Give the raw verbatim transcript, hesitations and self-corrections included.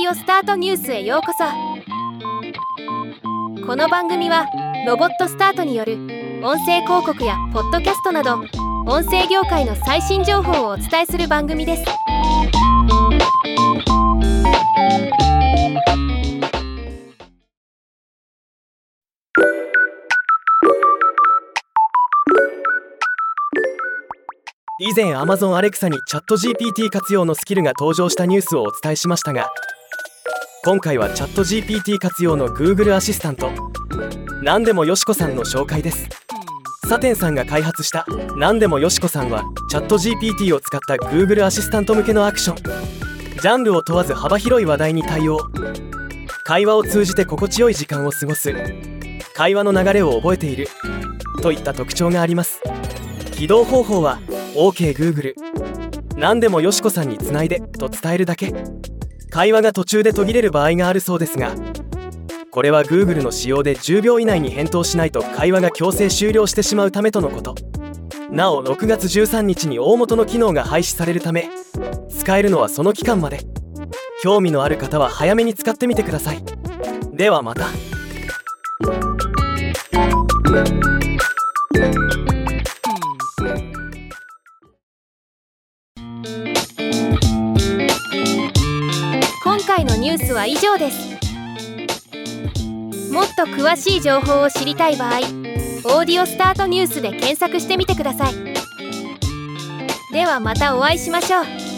オスタートニュースへようこそ。この番組はロボットスタートによる音声広告やポッドキャストなど音声業界の最新情報をお伝えする番組です。 以前 Amazon Alexa にチャット ジーピーティー 活用のスキルが登場したニュースをお伝えしましたが、今回はチャット ジーピーティー 活用の Google アシスタントなんでもよしこさんの紹介です。サテンさんが開発したなんでもよしこさんはチャット ジーピーティー を使った Google アシスタント向けのアクション、ジャンルを問わず幅広い話題に対応、会話を通じて心地よい時間を過ごす、会話の流れを覚えているといった特徴があります。起動方法は OK Google 何でもよしこさんにつないでと伝えるだけ。会話が途中で途切れる場合があるそうですが、これは Google の仕様でじゅうびょう以内に返答しないと会話が強制終了してしまうためとのこと。なおろくがつじゅうさんにちに大元の機能が廃止されるため、使えるのはその期間まで。興味のある方は早めに使ってみてください。ではまた。 今回のニュースは以上です。もっと詳しい情報を知りたい場合、オーディオスタートニュースで検索してみてください。ではまたお会いしましょう。